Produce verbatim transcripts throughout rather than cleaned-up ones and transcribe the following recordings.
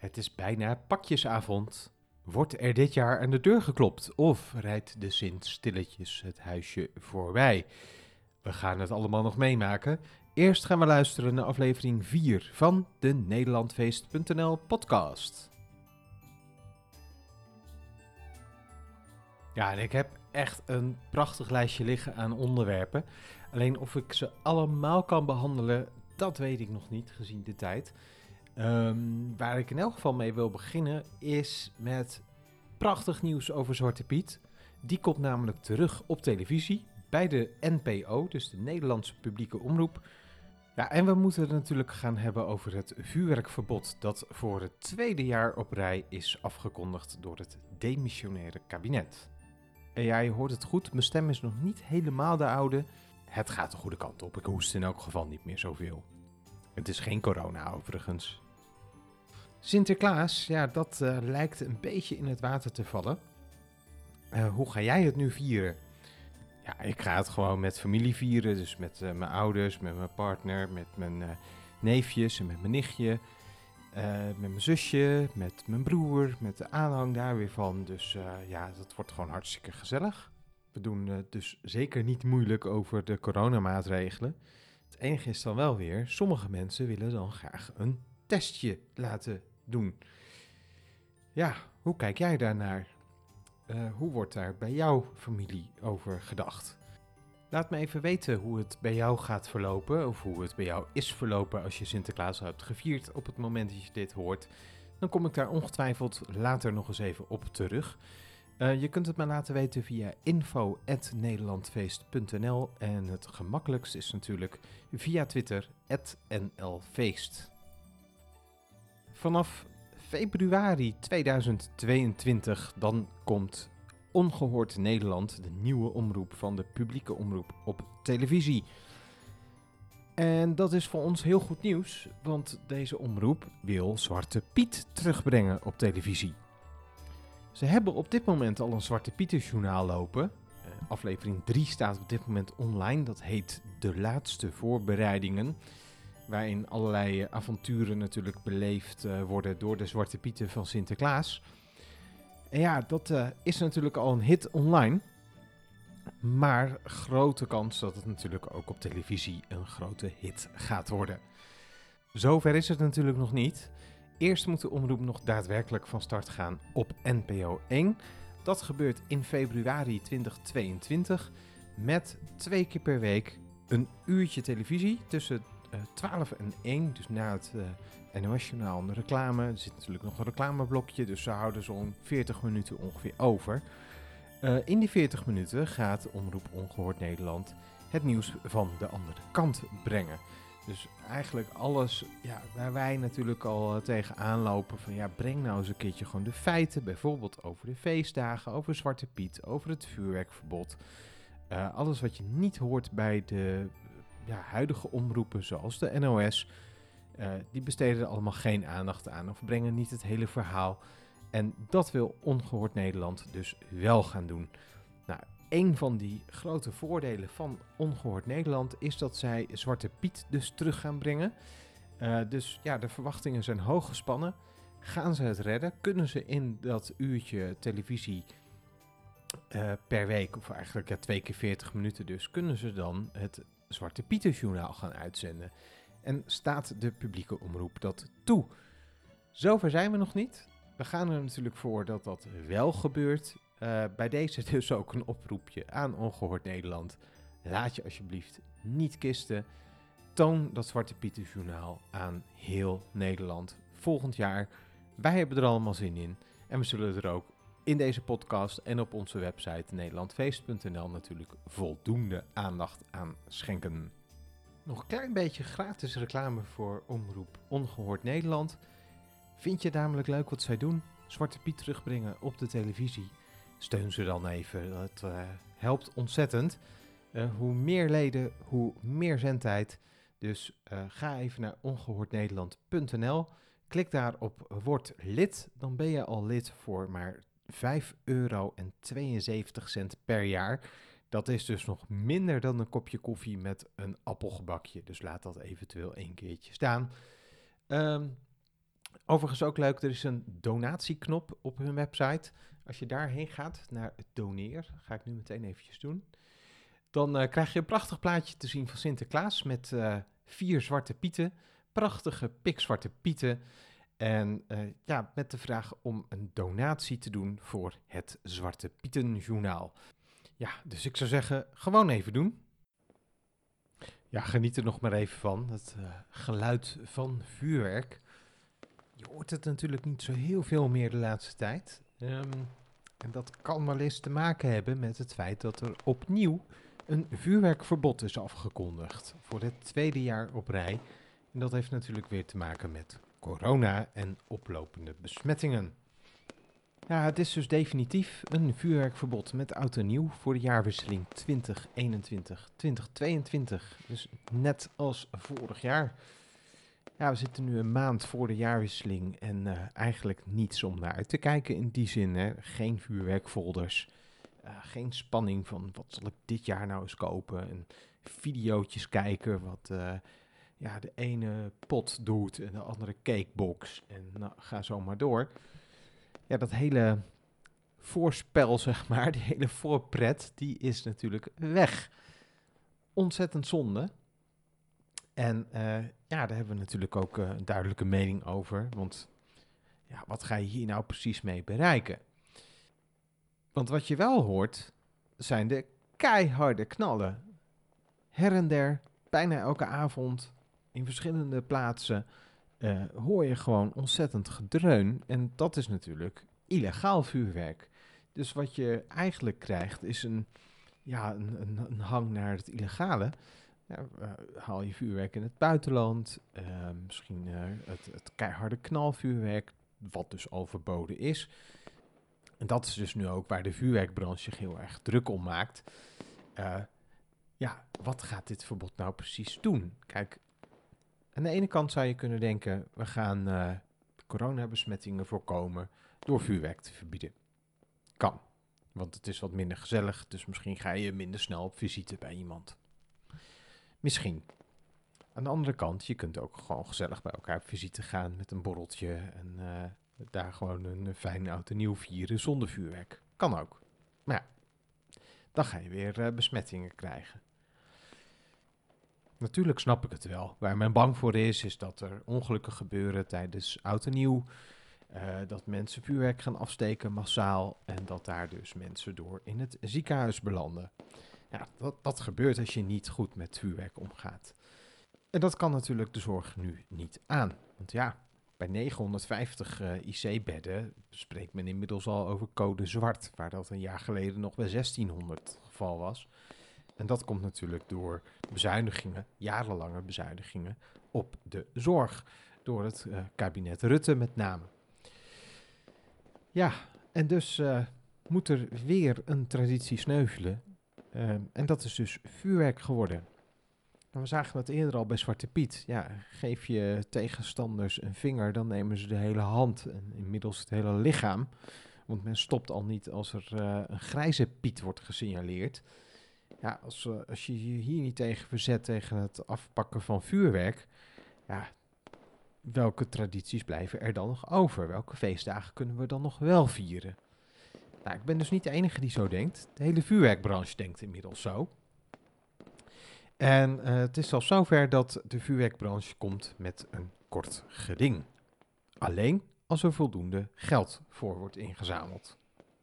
Het is bijna pakjesavond. Wordt er dit jaar aan de deur geklopt of rijdt de Sint stilletjes het huisje voorbij? We gaan het allemaal nog meemaken. Eerst gaan we luisteren naar aflevering vier van de Nederlandfeest punt n l podcast. Ja, en ik heb echt een prachtig lijstje liggen aan onderwerpen. Alleen of ik ze allemaal kan behandelen, dat weet ik nog niet, gezien de tijd. Um, waar ik in elk geval mee wil beginnen is met prachtig nieuws over Zwarte Piet. Die komt namelijk terug op televisie bij de N P O, dus de Nederlandse publieke omroep. Ja, en we moeten het natuurlijk gaan hebben over het vuurwerkverbod dat voor het tweede jaar op rij is afgekondigd door het demissionaire kabinet. En ja, je hoort het goed, mijn stem is nog niet helemaal de oude. Het gaat de goede kant op, ik hoest in elk geval niet meer zoveel. Het is geen corona overigens. Sinterklaas, ja, dat uh, lijkt een beetje in het water te vallen. Uh, hoe ga jij het nu vieren? Ja, ik ga het gewoon met familie vieren. Dus met uh, mijn ouders, met mijn partner, met mijn uh, neefjes en met mijn nichtje. Uh, met mijn zusje, met mijn broer, met de aanhang daar weer van. Dus uh, ja, dat wordt gewoon hartstikke gezellig. We doen uh, dus zeker niet moeilijk over de coronamaatregelen. Het enige is dan wel weer, sommige mensen willen dan graag een testje laten doen. Ja, hoe kijk jij daarnaar? Uh, hoe wordt daar bij jouw familie over gedacht? Laat me even weten hoe het bij jou gaat verlopen, of hoe het bij jou is verlopen als je Sinterklaas hebt gevierd op het moment dat je dit hoort. Dan kom ik daar ongetwijfeld later nog eens even op terug. Uh, je kunt het me laten weten via info at nederlandfeest punt n l en het gemakkelijkst is natuurlijk via Twitter at N L Feest. Vanaf februari tweeduizend tweeëntwintig dan komt Ongehoord Nederland, de nieuwe omroep van de publieke omroep op televisie. En dat is voor ons heel goed nieuws, want deze omroep wil Zwarte Piet terugbrengen op televisie. Ze hebben op dit moment al een Zwarte Pieter-journaal lopen. Uh, aflevering drie staat op dit moment online. Dat heet De Laatste Voorbereidingen. Waarin allerlei uh, avonturen natuurlijk beleefd uh, worden door de Zwarte Pieten van Sinterklaas. En ja, dat uh, is natuurlijk al een hit online. Maar grote kans dat het natuurlijk ook op televisie een grote hit gaat worden. Zover is het natuurlijk nog niet. Eerst moet de omroep nog daadwerkelijk van start gaan op N P O één. Dat gebeurt in februari tweeduizend tweeëntwintig met twee keer per week een uurtje televisie tussen uh, twaalf en één. Dus na het uh, N O S-journaal en de reclame. Er zit natuurlijk nog een reclameblokje, dus ze houden zo'n veertig minuten ongeveer over. Uh, in die veertig minuten gaat Omroep Ongehoord Nederland het nieuws van de andere kant brengen. Dus eigenlijk alles ja, waar wij natuurlijk al uh, tegenaan lopen van ja, breng nou eens een keertje gewoon de feiten. Bijvoorbeeld over de feestdagen, over Zwarte Piet, over het vuurwerkverbod. Uh, alles wat je niet hoort bij de ja, huidige omroepen zoals de N O S. Uh, die besteden er allemaal geen aandacht aan of brengen niet het hele verhaal. En dat wil Ongehoord Nederland dus wel gaan doen. Nou, een van die grote voordelen van Ongehoord Nederland is dat zij Zwarte Piet dus terug gaan brengen. Uh, dus ja, de verwachtingen zijn hoog gespannen. Gaan ze het redden? Kunnen ze in dat uurtje televisie uh, per week, of eigenlijk ja, twee keer veertig minuten dus, kunnen ze dan het Zwarte Pieter-journaal gaan uitzenden? En staat de publieke omroep dat toe? Zover zijn we nog niet. We gaan er natuurlijk voor dat dat wel gebeurt. Uh, bij deze dus ook een oproepje aan Ongehoord Nederland. Laat je alsjeblieft niet kisten. Toon dat Zwarte Pieter journaal aan heel Nederland volgend jaar. Wij hebben er allemaal zin in. En we zullen er ook in deze podcast en op onze website nederlandfeest punt n l natuurlijk voldoende aandacht aan schenken. Nog een klein beetje gratis reclame voor Omroep Ongehoord Nederland. Vind je het namelijk leuk wat zij doen? Zwarte Piet terugbrengen op de televisie. Steun ze dan even, dat uh, helpt ontzettend. Uh, hoe meer leden, hoe meer zendtijd. Dus uh, ga even naar ongehoord nederland punt n l. Klik daar op Word lid. Dan ben je al lid voor maar vijf euro tweeënzeventig per jaar. Dat is dus nog minder dan een kopje koffie met een appelgebakje. Dus laat dat eventueel één keertje staan. Um, Overigens ook leuk, er is een donatieknop op hun website. Als je daarheen gaat, naar doneer, ga ik nu meteen eventjes doen. Dan uh, krijg je een prachtig plaatje te zien van Sinterklaas met uh, vier zwarte pieten. Prachtige pikzwarte pieten. En uh, ja, met de vraag om een donatie te doen voor het Zwarte Pietenjournaal. Ja, dus ik zou zeggen, gewoon even doen. Ja, geniet er nog maar even van. Het uh, geluid van vuurwerk. Je hoort het natuurlijk niet zo heel veel meer de laatste tijd. Um, en dat kan wel eens te maken hebben met het feit dat er opnieuw een vuurwerkverbod is afgekondigd. Voor het tweede jaar op rij. En dat heeft natuurlijk weer te maken met corona en oplopende besmettingen. Ja, het is dus definitief een vuurwerkverbod met oud en nieuw voor de jaarwisseling twintig eenentwintig twintig tweeëntwintig. Dus net als vorig jaar. Ja, we zitten nu een maand voor de jaarwisseling en uh, eigenlijk niets om naar uit te kijken in die zin. Hè. Geen vuurwerkfolders, uh, geen spanning van wat zal ik dit jaar nou eens kopen. En videootjes kijken wat uh, ja, de ene pot doet en de andere cakebox en nou, ga zo maar door. Ja, dat hele voorspel, zeg maar, die hele voorpret, die is natuurlijk weg. Ontzettend zonde. En uh, ja, daar hebben we natuurlijk ook uh, een duidelijke mening over. Want ja, wat ga je hier nou precies mee bereiken? Want wat je wel hoort, zijn de keiharde knallen. Her en der, bijna elke avond, in verschillende plaatsen, uh, hoor je gewoon ontzettend gedreun. En dat is natuurlijk illegaal vuurwerk. Dus wat je eigenlijk krijgt, is een, ja, een, een, een hang naar het illegale. Ja, uh, haal je vuurwerk in het buitenland, uh, misschien uh, het, het keiharde knalvuurwerk, wat dus al verboden is. En dat is dus nu ook waar de vuurwerkbranche zich heel erg druk om maakt. Uh, ja, wat gaat dit verbod nou precies doen? Kijk, aan de ene kant zou je kunnen denken, we gaan uh, coronabesmettingen voorkomen door vuurwerk te verbieden. Kan, want het is wat minder gezellig, dus misschien ga je minder snel op visite bij iemand. Misschien. Aan de andere kant, je kunt ook gewoon gezellig bij elkaar op visite gaan met een borreltje en uh, daar gewoon een fijn oud en nieuw vieren zonder vuurwerk. Kan ook. Maar ja, dan ga je weer uh, besmettingen krijgen. Natuurlijk snap ik het wel. Waar men bang voor is, is dat er ongelukken gebeuren tijdens oud en nieuw. Uh, dat mensen vuurwerk gaan afsteken massaal en dat daar dus mensen door in het ziekenhuis belanden. Ja, dat, dat gebeurt als je niet goed met vuurwerk omgaat. En dat kan natuurlijk de zorg nu niet aan. Want ja, bij negenhonderdvijftig uh, I C-bedden spreekt men inmiddels al over code zwart, waar dat een jaar geleden nog bij zestienhonderd het geval was. En dat komt natuurlijk door bezuinigingen, jarenlange bezuinigingen op de zorg. Door het uh, kabinet Rutte met name. Ja, en dus uh, moet er weer een traditie sneuvelen. Uh, en dat is dus vuurwerk geworden. En we zagen dat eerder al bij Zwarte Piet. Ja, geef je tegenstanders een vinger, dan nemen ze de hele hand en inmiddels het hele lichaam. Want men stopt al niet als er uh, een grijze Piet wordt gesignaleerd. Ja, als, uh, als je je hier niet tegen verzet, tegen het afpakken van vuurwerk, ja, welke tradities blijven er dan nog over? Welke feestdagen kunnen we dan nog wel vieren? Nou, ik ben dus niet de enige die zo denkt. De hele vuurwerkbranche denkt inmiddels zo. En uh, het is zelfs zover dat de vuurwerkbranche komt met een kort geding. Alleen als er voldoende geld voor wordt ingezameld.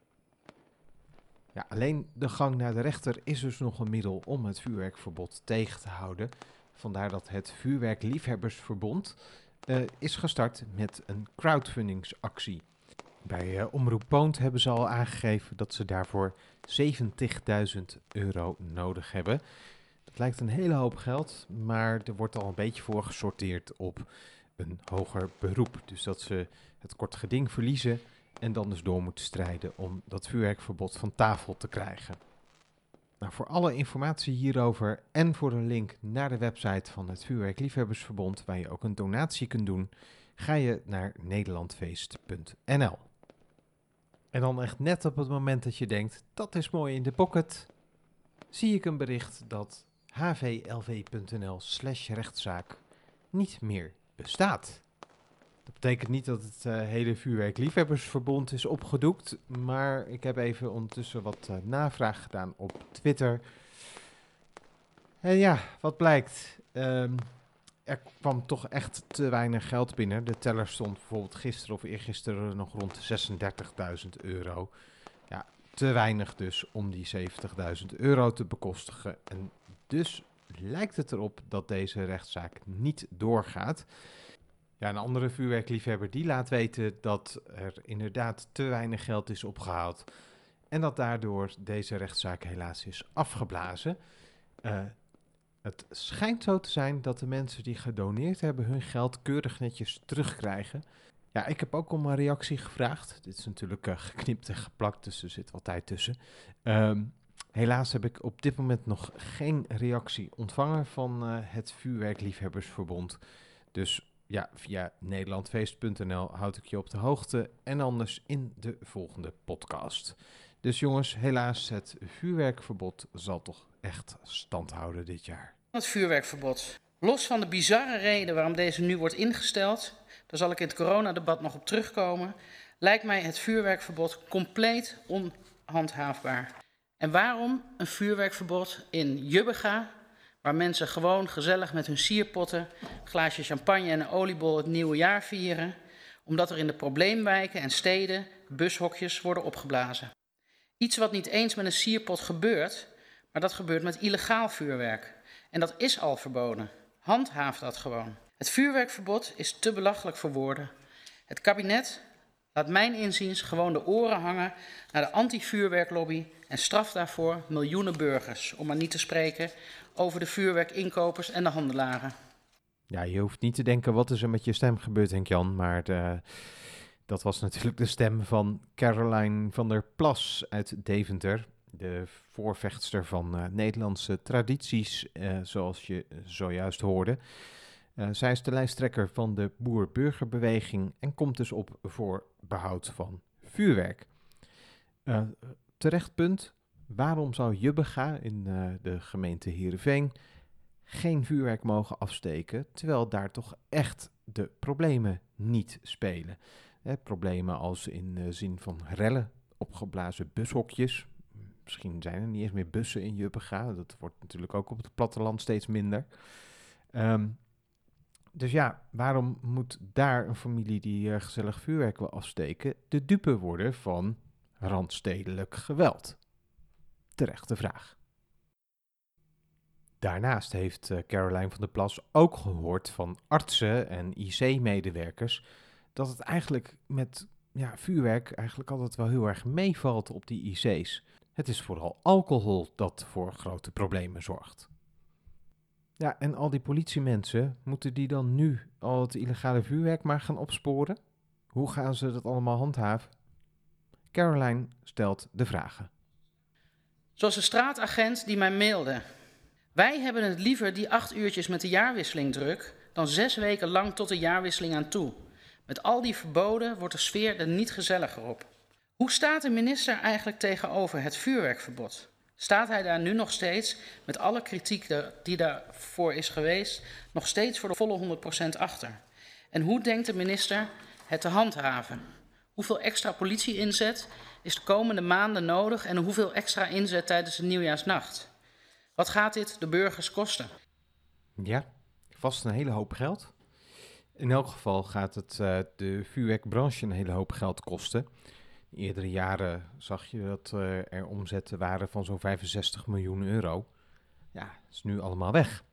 Ja, alleen de gang naar de rechter is dus nog een middel om het vuurwerkverbod tegen te houden. Vandaar dat het Vuurwerkliefhebbersverbond uh, is gestart met een crowdfundingsactie. Bij uh, Omroep Poont hebben ze al aangegeven dat ze daarvoor zeventigduizend euro nodig hebben. Dat lijkt een hele hoop geld, maar er wordt al een beetje voor gesorteerd op een hoger beroep. Dus dat ze het kort geding verliezen en dan dus door moeten strijden om dat vuurwerkverbod van tafel te krijgen. Nou, voor alle informatie hierover en voor een link naar de website van het Vuurwerkliefhebbersverbond, waar je ook een donatie kunt doen, ga je naar nederlandfeest punt n l. En dan echt net op het moment dat je denkt, dat is mooi in de pocket, zie ik een bericht dat h v l v punt n l slash rechtszaak niet meer bestaat. Dat betekent niet dat het uh, hele vuurwerkliefhebbersverbond is opgedoekt, maar ik heb even ondertussen wat uh, navraag gedaan op Twitter. En ja, wat blijkt? Um, er kwam toch echt te weinig geld binnen. De teller stond bijvoorbeeld gisteren of eergisteren nog rond de zesendertigduizend euro. Ja, te weinig dus om die zeventigduizend euro te bekostigen. En dus lijkt het erop dat deze rechtszaak niet doorgaat. Ja, een andere vuurwerkliefhebber die laat weten dat er inderdaad te weinig geld is opgehaald. En dat daardoor deze rechtszaak helaas is afgeblazen. Uh, het schijnt zo te zijn dat de mensen die gedoneerd hebben hun geld keurig netjes terugkrijgen. Ja, ik heb ook om een reactie gevraagd. Dit is natuurlijk uh, geknipt en geplakt, dus er zit wel tijd tussen. Um, helaas heb ik op dit moment nog geen reactie ontvangen van uh, het Vuurwerkliefhebbersverbond. Dus ja, via nederlandfeest punt n l houd ik je op de hoogte en anders in de volgende podcast. Dus jongens, helaas, het vuurwerkverbod zal toch echt stand houden dit jaar. Het vuurwerkverbod. Los van de bizarre reden waarom deze nu wordt ingesteld, daar zal ik in het coronadebat nog op terugkomen, lijkt mij het vuurwerkverbod compleet onhandhaafbaar. En waarom een vuurwerkverbod in Jubbega, waar mensen gewoon gezellig met hun sierpotten, een glaasje champagne en een oliebol het nieuwe jaar vieren, omdat er in de probleemwijken en steden bushokjes worden opgeblazen. Iets wat niet eens met een sierpot gebeurt, maar dat gebeurt met illegaal vuurwerk. En dat is al verboden. Handhaaf dat gewoon. Het vuurwerkverbod is te belachelijk voor woorden. Het kabinet laat mijn inziens gewoon de oren hangen naar de anti-vuurwerklobby en straft daarvoor miljoenen burgers, om maar niet te spreken over de vuurwerkinkopers en de handelaren. Ja, je hoeft niet te denken wat is er met je stem gebeurd, Henk-Jan, maar de, dat was natuurlijk de stem van Caroline van der Plas uit Deventer, de voorvechtster van uh, Nederlandse tradities, uh, zoals je zojuist hoorde. Uh, zij is de lijsttrekker van de Boer-Burgerbeweging en komt dus op voor behoud van vuurwerk. Uh, terecht punt, waarom zou Jubbega in uh, de gemeente Heerenveen geen vuurwerk mogen afsteken, terwijl daar toch echt de problemen niet spelen? Eh, problemen als in de zin van rellen, opgeblazen bushokjes. Misschien zijn er niet eens meer bussen in Jubbega. Dat wordt natuurlijk ook op het platteland steeds minder. Um, dus ja, waarom moet daar een familie die uh, gezellig vuurwerk wil afsteken de dupe worden van randstedelijk geweld? Terechte vraag. Daarnaast heeft uh, Caroline van der Plas ook gehoord van artsen en I C-medewerkers dat het eigenlijk met ja, vuurwerk eigenlijk altijd wel heel erg meevalt op die I C's. Het is vooral alcohol dat voor grote problemen zorgt. Ja, en al die politiemensen, moeten die dan nu al het illegale vuurwerk maar gaan opsporen? Hoe gaan ze dat allemaal handhaven? Caroline stelt de vragen. Zoals de straatagent die mij mailde. Wij hebben het liever die acht uurtjes met de jaarwisseling druk dan zes weken lang tot de jaarwisseling aan toe. Met al die verboden wordt de sfeer er niet gezelliger op. Hoe staat de minister eigenlijk tegenover het vuurwerkverbod? Staat hij daar nu nog steeds, met alle kritiek die daarvoor is geweest, nog steeds voor de volle honderd procent achter? En hoe denkt de minister het te handhaven? Hoeveel extra politie-inzet is de komende maanden nodig en hoeveel extra inzet tijdens de nieuwjaarsnacht? Wat gaat dit de burgers kosten? Ja, vast een hele hoop geld. In elk geval gaat het uh, de vuurwerkbranche een hele hoop geld kosten. In eerdere jaren zag je dat uh, er omzetten waren van zo'n vijfenzestig miljoen euro. Ja, dat is nu allemaal weg.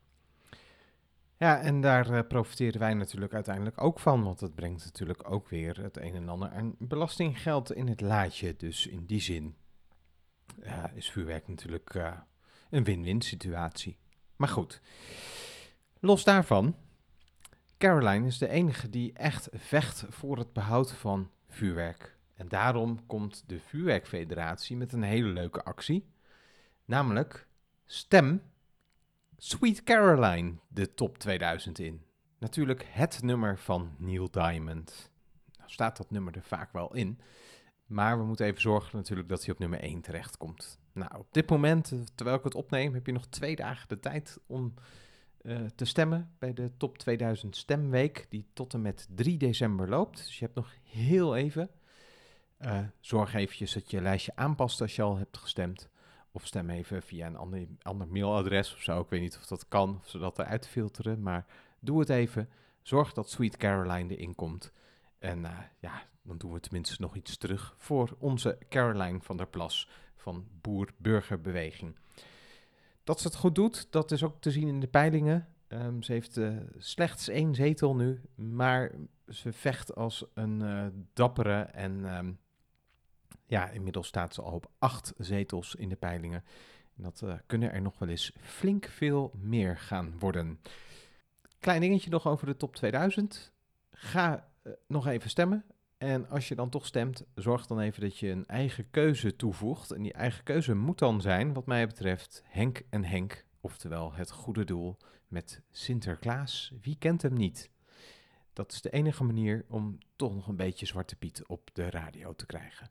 Ja, en daar uh, profiteren wij natuurlijk uiteindelijk ook van, want het brengt natuurlijk ook weer het een en ander aan belastinggeld in het laadje. Dus in die zin uh, is vuurwerk natuurlijk uh, een win-win situatie. Maar goed, los daarvan, Caroline is de enige die echt vecht voor het behoud van vuurwerk. En daarom komt de Vuurwerkfederatie met een hele leuke actie. Namelijk, stem Sweet Caroline de top tweeduizend in. Natuurlijk het nummer van Neil Diamond. Nou staat dat nummer er vaak wel in. Maar we moeten even zorgen natuurlijk dat hij op nummer één terechtkomt. Nou, op dit moment, terwijl ik het opneem, heb je nog twee dagen de tijd om uh, te stemmen bij de Top tweeduizend Stemweek, die tot en met drie december loopt. Dus je hebt nog heel even. Uh, zorg eventjes dat je je lijstje aanpast als je al hebt gestemd. Of stem even via een ander, ander mailadres of zo. Ik weet niet of dat kan, of ze dat eruit filteren. Maar doe het even. Zorg dat Sweet Caroline erin komt. En uh, ja, dan doen we tenminste nog iets terug voor onze Caroline van der Plas van Boer-Burgerbeweging. Dat ze het goed doet, dat is ook te zien in de peilingen. Um, ze heeft uh, slechts één zetel nu, maar ze vecht als een uh, dappere en um, ja, inmiddels staat ze al op acht zetels in de peilingen. En dat uh, kunnen er nog wel eens flink veel meer gaan worden. Klein dingetje nog over de top tweeduizend. Ga uh, nog even stemmen. En als je dan toch stemt, zorg dan even dat je een eigen keuze toevoegt. En die eigen keuze moet dan zijn, wat mij betreft, Henk en Henk. Oftewel het goede doel met Sinterklaas. Wie kent hem niet? Dat is de enige manier om toch nog een beetje Zwarte Piet op de radio te krijgen.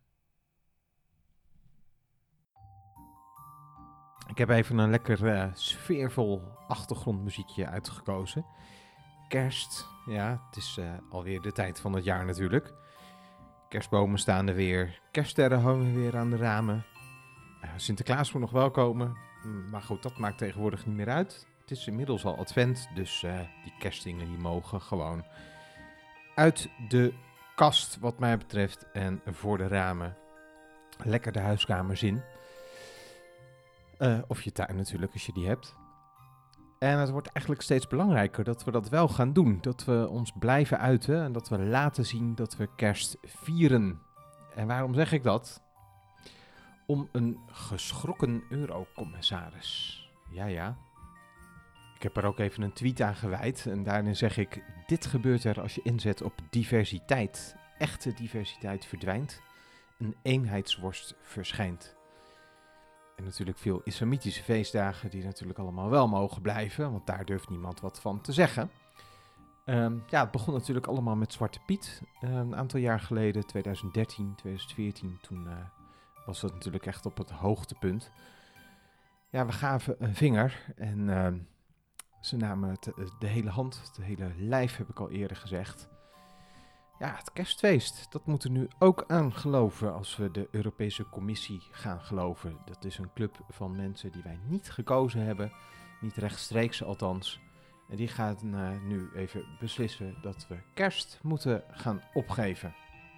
Ik heb even een lekker uh, sfeervol achtergrondmuziekje uitgekozen. Kerst, ja, het is uh, alweer de tijd van het jaar natuurlijk. Kerstbomen staan er weer, kerststerren hangen weer aan de ramen. Uh, Sinterklaas moet nog wel komen, maar goed, dat maakt tegenwoordig niet meer uit. Het is inmiddels al advent, dus uh, die kerstdingen die mogen gewoon uit de kast wat mij betreft en voor de ramen. Lekker de huiskamers in. Uh, of je tuin natuurlijk, als je die hebt. En het wordt eigenlijk steeds belangrijker dat we dat wel gaan doen. Dat we ons blijven uiten en dat we laten zien dat we kerst vieren. En waarom zeg ik dat? Om een geschrokken eurocommissaris. Ja, ja. Ik heb er ook even een tweet aan gewijd. En daarin zeg ik, dit gebeurt er als je inzet op diversiteit. Echte diversiteit verdwijnt. Een eenheidsworst verschijnt. En natuurlijk veel islamitische feestdagen die natuurlijk allemaal wel mogen blijven, want daar durft niemand wat van te zeggen. Um, ja, het begon natuurlijk allemaal met Zwarte Piet. Uh, een aantal jaar geleden, twintig dertien, twintig veertien, toen uh, was dat natuurlijk echt op het hoogtepunt. Ja, we gaven een vinger en uh, ze namen het, de hele hand, het hele lijf heb ik al eerder gezegd. Ja, het kerstfeest, dat moeten we nu ook aan geloven als we de Europese Commissie gaan geloven. Dat is een club van mensen die wij niet gekozen hebben, niet rechtstreeks althans. En die gaan uh, nu even beslissen dat we kerst moeten gaan opgeven.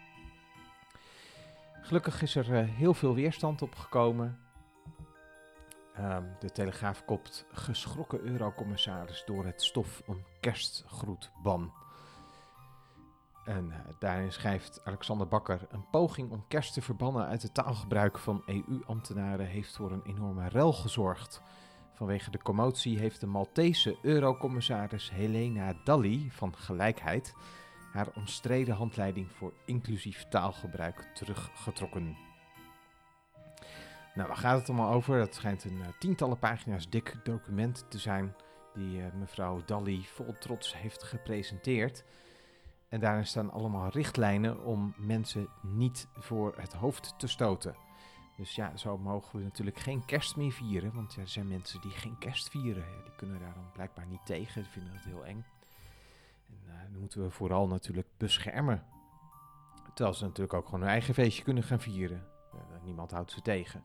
Gelukkig is er uh, heel veel weerstand op gekomen. Um, de Telegraaf kopt geschrokken eurocommissaris door het stof om kerstgroetban. En uh, daarin schrijft Alexander Bakker: een poging om kerst te verbannen uit het taalgebruik van E U-ambtenaren heeft voor een enorme rel gezorgd. Vanwege de commotie heeft de Maltese eurocommissaris Helena Dalli van Gelijkheid haar omstreden handleiding voor inclusief taalgebruik teruggetrokken. Nou, waar gaat het allemaal over? Dat schijnt een uh, tientallen pagina's dik document te zijn die uh, mevrouw Dalli vol trots heeft gepresenteerd. En daarin staan allemaal richtlijnen om mensen niet voor het hoofd te stoten. Dus ja, zo mogen we natuurlijk geen kerst meer vieren. Want ja, er zijn mensen die geen kerst vieren. Ja, die kunnen daar dan blijkbaar niet tegen. Die vinden dat heel eng. En uh, dan moeten we vooral natuurlijk beschermen. Terwijl ze natuurlijk ook gewoon hun eigen feestje kunnen gaan vieren. Uh, niemand houdt ze tegen.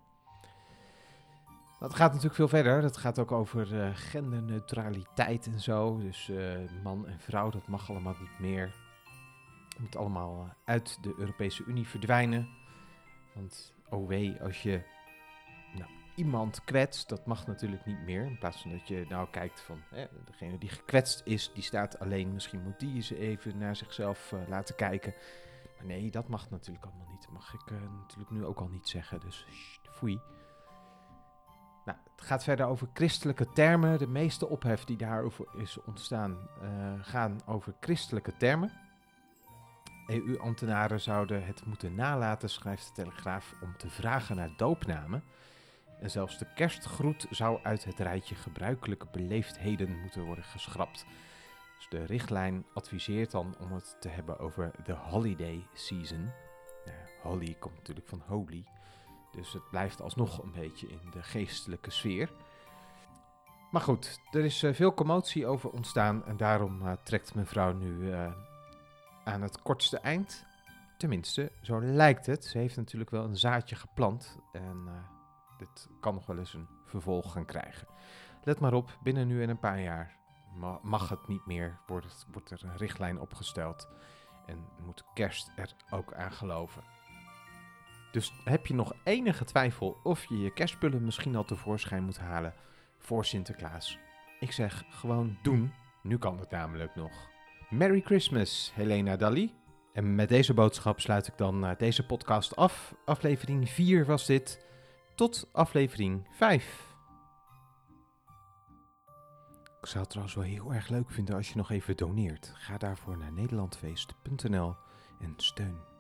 Dat gaat natuurlijk veel verder. Dat gaat ook over uh, genderneutraliteit en zo. Dus uh, man en vrouw, dat mag allemaal niet meer. Het moet allemaal uit de Europese Unie verdwijnen. Want oh wee, als je nou, iemand kwetst, dat mag natuurlijk niet meer. In plaats van dat je nou kijkt van, hè, degene die gekwetst is, die staat alleen. Misschien moet die eens even naar zichzelf uh, laten kijken. Maar nee, dat mag natuurlijk allemaal niet. Dat mag ik uh, natuurlijk nu ook al niet zeggen. Dus sst, foei. Nou, het gaat verder over christelijke termen. De meeste ophef die daarover is ontstaan, uh, gaan over christelijke termen. E U-ambtenaren zouden het moeten nalaten, schrijft de Telegraaf, om te vragen naar doopnamen. En zelfs de kerstgroet zou uit het rijtje gebruikelijke beleefdheden moeten worden geschrapt. Dus de richtlijn adviseert dan om het te hebben over de holiday season. Nou, holy komt natuurlijk van holy. Dus het blijft alsnog een beetje in de geestelijke sfeer. Maar goed, er is uh, veel commotie over ontstaan en daarom uh, trekt mevrouw nu uh, aan het kortste eind. Tenminste, zo lijkt het. Ze heeft natuurlijk wel een zaadje geplant en uh, dit kan nog wel eens een vervolg gaan krijgen. Let maar op, binnen nu en een paar jaar ma- mag het niet meer, wordt, het, wordt er een richtlijn opgesteld en moet kerst er ook aan geloven. Dus heb je nog enige twijfel of je je kerstspullen misschien al tevoorschijn moet halen voor Sinterklaas? Ik zeg gewoon doen, nu kan het namelijk nog. Merry Christmas, Helena Dali. En met deze boodschap sluit ik dan uh, deze podcast af. Aflevering vier was dit. Tot aflevering vijf. Ik zou het trouwens wel heel erg leuk vinden als je nog even doneert. Ga daarvoor naar nederlandfeest punt n l en steun